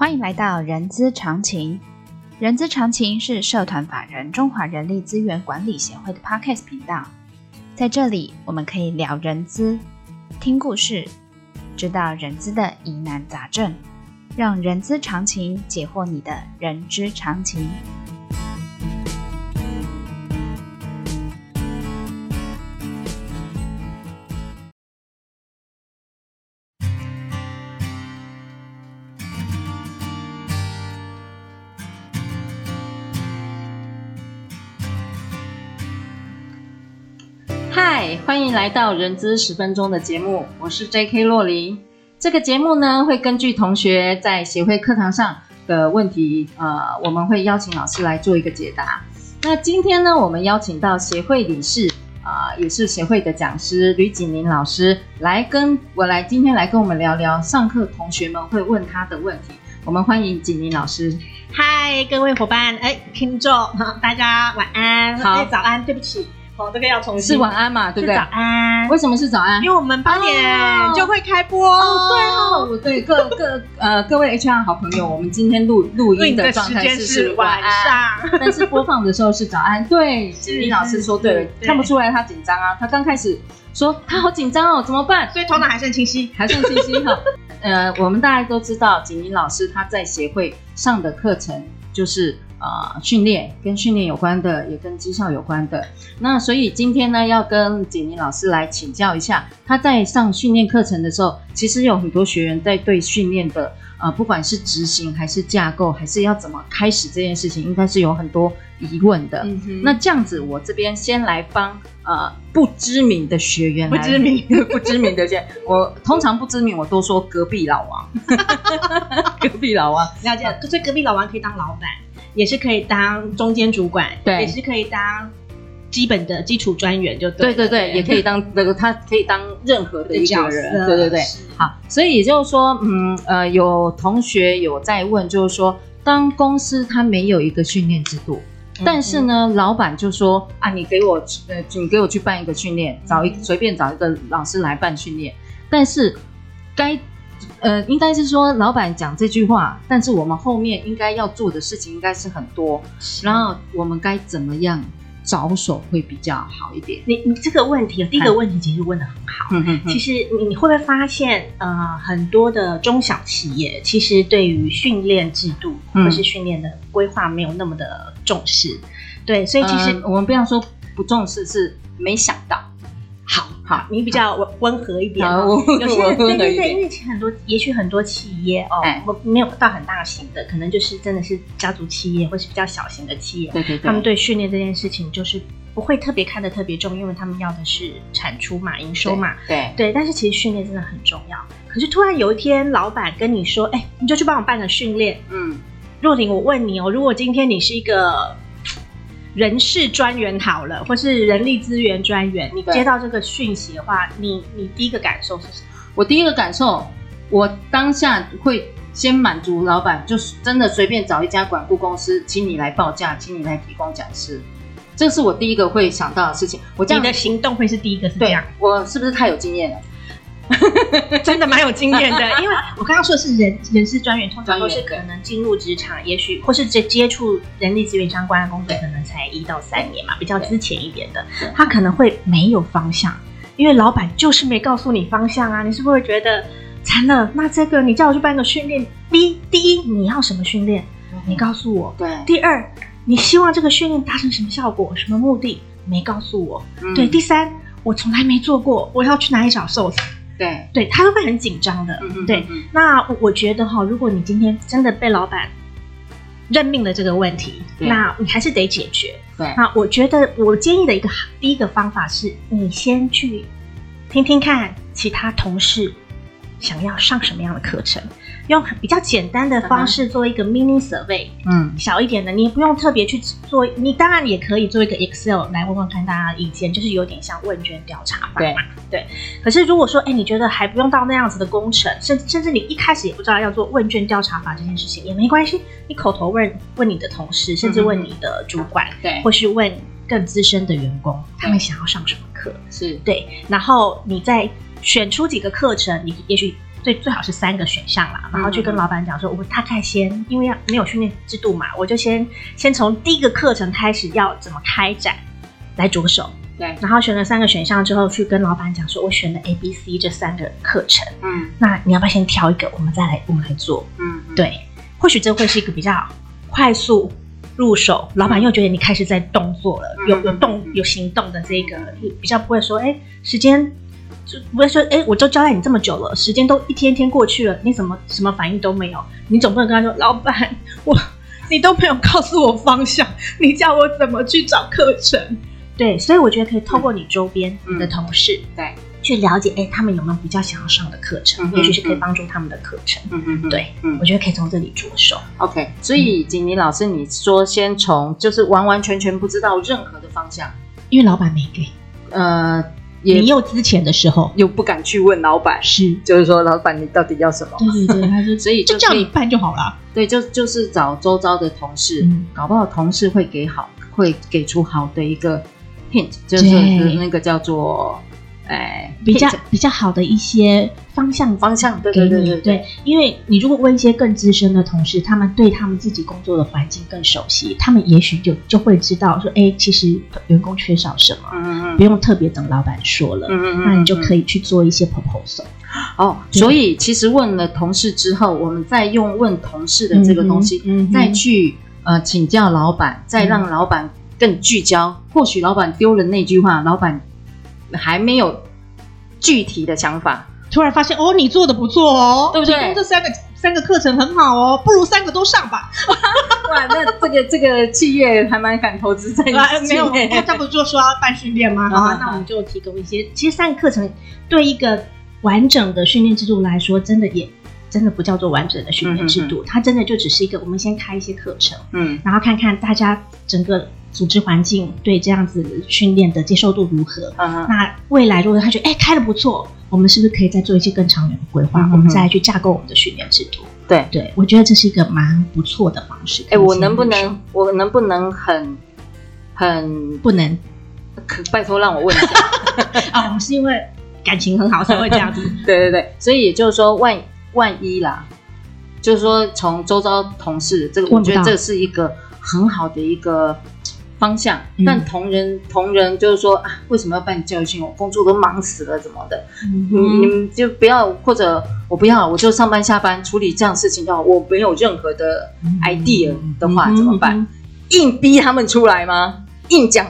欢迎来到人资常情。人资常情是社团法人中华人力资源管理协会的 Podcast 频道，在这里我们可以聊人资，听故事，知道人资的疑难杂症，让人资常情解惑你的人之常情。 嗨，欢迎来到人资10分钟的节目，我是 J.K. 洛琳。这个节目呢，会根据同学在协会课堂上的问题，我们会邀请老师来做一个解答。那今天呢，我们邀请到协会理事，也是协会的讲师吕锦宁老师今天来跟我们聊聊上课同学们会问他的问题。我们欢迎锦宁老师。 嗨，各位伙伴，听众，大家晚安， 好， 早安，对不起。这个要重新是晚安嘛，对不对？ 是早安。 为什么是早安？ 因为我们8点就会开播。 对，各位 HR 好朋友，我们今天录音的状态是晚上，但是播放的时候是早安。对，锦宁老师说对了，看不出来他紧张啊。他刚开始说他好紧张哦，怎么办？ 所以头脑还算清晰哈。 我们大家都知道，锦宁老师他在协会上的课程就是训练，跟训练有关的，也跟绩效有关的。那所以今天呢，要跟锦宁老师来请教一下，他在上训练课程的时候，其实有很多学员在对训练的不管是执行还是架构，还是要怎么开始这件事情，应该是有很多疑问的。那这样子，我这边先来帮不知名的学员来，不知名的学员，我通常不知名，我都说隔壁老王，隔壁老王， 了解。所以隔壁老王可以当老板，也是可以当中间主管， 对， 也是可以当基本的基础专员，就对。 对，也可以当他可以当任何的一个人，对。好，所以也就是说，有同学有在问，就是说，当公司它没有一个训练制度，但是呢，老板就说你给我去办一个训练，随便找一个老师来办训练，但是应该是说老板讲这句话，但是我们后面应该要做的事情应该是很多，然后我们该怎么样着手会比较好一点？ 你这个问题，第一个问题其实问得很好。其实你会不会发现，很多的中小企业其实对于训练制度或是训练的规划没有那么的重视。对，所以其实我们不要说不重视，是没想到。 好，你比较温和一点。有些人对，因为也许很多企业没有到很大型的，可能就是真的是家族企业或是比较小型的企业，对，他们对训练这件事情就是不会特别看得特别重，因为他们要的是产出嘛、营收嘛，对。但是其实训练真的很重要。可是突然有一天，老板跟你说：“你就去帮我办个训练。”若琳，我问你如果今天你是一个人事专员好了，或是人力资源专员，你接到这个讯息的话，你第一个感受是什么？ 我第一个感受，我当下会先满足老板，就是真的随便找一家管顾公司，请你来报价，请你来提供讲师，这是我第一个会想到的事情。你的行动会是第一个是这样？ 我是不是太有经验了？ 真的蛮有经验的，因为我刚刚说的是人事专员，通常都是可能进入职场，也许或是接触人力资源相关的工作，可能才1到3年嘛，比较之前一点的，他可能会没有方向，因为老板就是没告诉你方向啊。你是不是会觉得惨了？那这个你叫我去办个训练，第一你要什么训练？你告诉我。对。第二，你希望这个训练达成什么效果、什么目的？没告诉我。对。第三，我从来没做过，我要去哪里找 source？对，他都会很紧张的。对，那我觉得如果你今天真的被老板任命了这个问题，那你还是得解决。对，那我觉得我建议的第一个方法是，你先去听听看其他同事想要上什么样的课程，用比较简单的方式做一个 mini survey，小一点的，你不用特别去做，你当然也可以做一个 Excel 来问问看大家的意见，就是有点像问卷调查法嘛。对。可是如果说，你觉得还不用到那样子的工程，甚至你一开始也不知道要做问卷调查法这件事情，也没关系，你口头问你的同事，甚至问你的主管，或是问更资深的员工，他们想要上什么课，对，然后你再选出几个课程，你也许最好是3个选项啦，然后去跟老板讲说，我大概先因为没有训练制度嘛，我就先从第一个课程开始要怎么开展来着手。 对， 然后选了3个选项之后，去跟老板讲说，我选了 A、B、C 这3个课程，那你要不要先挑一个，我们来做？对，或许这会是一个比较快速入手，老板又觉得你开始在动作了，有行动的这个，比较不会说，时间就不会说，我都交代你这么久了，时间都一天天过去了，你什么反应都没有，你总不能跟他说，老板，你都没有告诉我方向，你叫我怎么去找课程？对，所以我觉得可以透过你周边你的同事， 对， 去了解，他们有没有比较想要上的课程，也许是可以帮助他们的课程。对，我觉得可以从这里着手。 OK， 所以景妮老师，你说先从就是完完全全不知道任何的方向， 因为老板没给，你又资钱的时候， 又不敢去问老板，就是说老板你到底要什么？ 对，他就所以就叫你办就好了。 对，就是找周遭的同事，搞不好同事会给出好的一个 hint， 就是那个叫做比较好的一些方向，对，因为你如果问一些更资深的同事，他们对他们自己工作的环境更熟悉，他们也许就会知道说，其实员工缺少什么，不用特别等老板说了，那你就可以去做一些 proposal。 所以其实问了同事之后，我们再用问同事的这个东西，再去请教老板，再让老板更聚焦。或许老板丢了那句话，老板还没有具体的想法， 突然发现你做的不错哦， 对不对？ 这三个课程很好哦，不如3个都上吧。 哇，那这个企业还蛮敢投资在你没有，他不就说要办训练吗？好，那我们就提供一些。其实3个课程对一个完整的训练制度来说，真的不叫做完整的训练制度，它真的就只是一个，我们先开一些课程，然后看看大家整个组织环境对这样子训练的接受度如何。那未来如果他觉得开得不错，我们是不是可以再做一些更长远的规划？我们再来去架构我们的训练制度。对，我觉得这是一个蛮不错的方式。 我能不能很不能？ 拜托让我问一下。 我们是因为感情很好才会这样子。 对，所以也就是说万一啦，就是说从周遭同事这个，我觉得这是一个很好的一个方向。但同仁就是说为什么要办教育训练？我工作都忙死了，怎么的？你们就不要，或者我不要，我就上班下班处理这样的事情就好。我没有任何的 idea 的话怎么办？硬逼他们出来吗？硬讲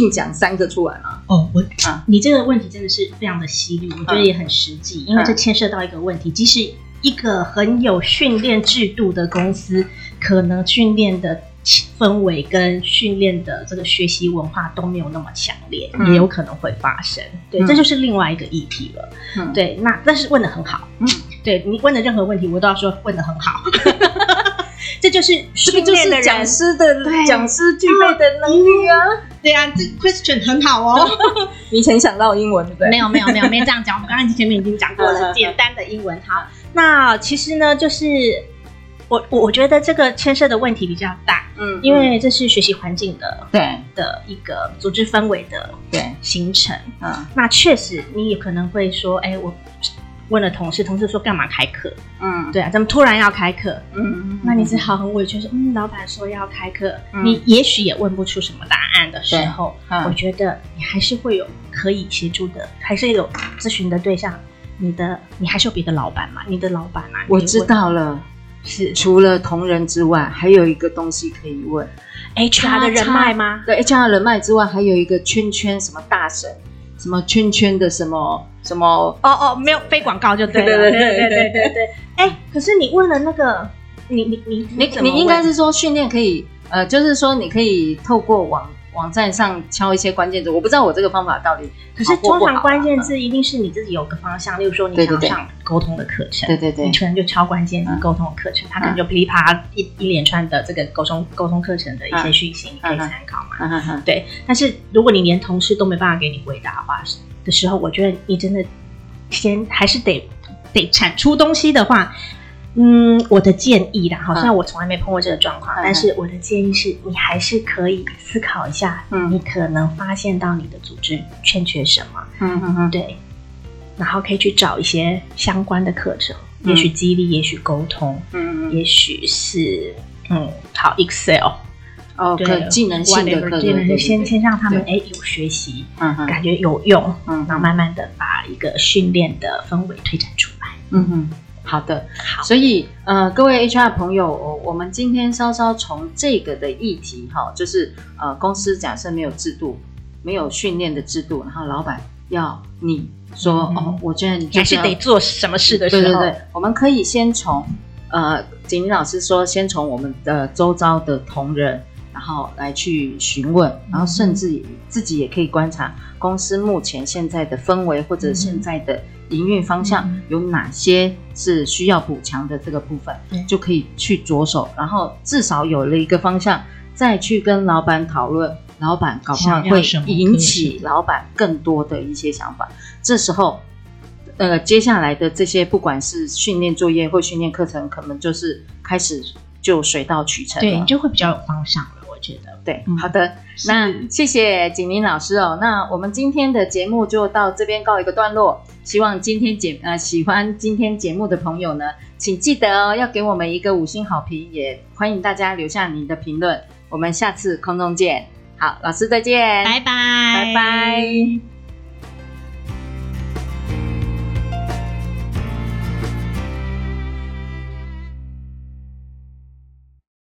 3个出来吗？ 你这个问题真的是非常的犀利，我觉得也很实际，因为这牵涉到一个问题，即使一个很有训练制度的公司，可能训练的氛围跟训练的这个学习文化都没有那么强烈，也有可能会发生。对，这就是另外一个议题了。对，但是问得很好。对，你问的任何问题，我都要说问得很好。这就是训练的人， 讲师具备的能力啊。 对啊，这 question 很好哦。 你以前想到英文对不对？ 没有这样讲，我们刚才前面已经讲过了，简单的英文。好，那其实呢，就是我觉得这个牵涉的问题比较大，因为这是学习环境的一个组织氛围的形成。那确实你也可能会说，我问了同事说干嘛开课？对啊，怎么突然要开课？那你只好很委屈说，老板说要开课，你也许也问不出什么答案的时候，我觉得你还是会有可以协助的，还是有咨询的对象。你还是有别的老板嘛？你的老板啊， 我知道了。是除了同仁之外，还有一个东西可以问 HR 的人脉吗？ 对 HR 人脉之外，还有一个圈什么大神，什么圈的什么没有非广告就对了。对。可是你问了那个，你应该是说训练可以就是说你可以透过网站上敲一些关键字，我不知道我这个方法到底可是通常关键字一定是你自己有个方向，例如说你想上沟通的课程，对，你可能就敲关键字沟通的课程，它可能就噼里啪啦一连串的这个沟通课程的一些讯息，你可以参考嘛。对，但是如果你连同事都没办法给你回答的时候，我觉得你真的还是得产出东西的话。我的建议啦，好像我从来没碰过这个状况，但是我的建议是你还是可以思考一下，你可能发现到你的组织欠缺什么，对， 然后可以去找一些相关的课程，也许激励，也许沟通，也许是好 Excel。 可技能性的课程， 先让他们有学习，感觉有用，然后慢慢的把一个训练的氛围推展出来。 好的，所以各位 HR 朋友，我们今天稍稍从这个的议题就是公司假设没有制度，没有训练的制度，然后老板要你说我觉得你还是得做什么事的时候， 对，我们可以先从景林老师说，先从我们的周遭的同仁，然后来去询问，然后甚至自己也可以观察公司目前现在的氛围或者现在的营运方向有哪些是需要补强的，这个部分就可以去着手，然后至少有了一个方向，再去跟老板讨论，老板搞不好会引起老板更多的一些想法。这时候接下来的这些不管是训练作业或训练课程，可能就是开始就水到渠成了， 对，就会比较有方向了，我觉得。 对，好的，那谢谢景林老师那我们今天的节目就到这边告一个段落。希望今天喜欢今天节目的朋友呢，请记得要给我们一个5星好评，也欢迎大家留下您的评论。我们下次空中见。好，老师再见， 拜拜， 拜拜。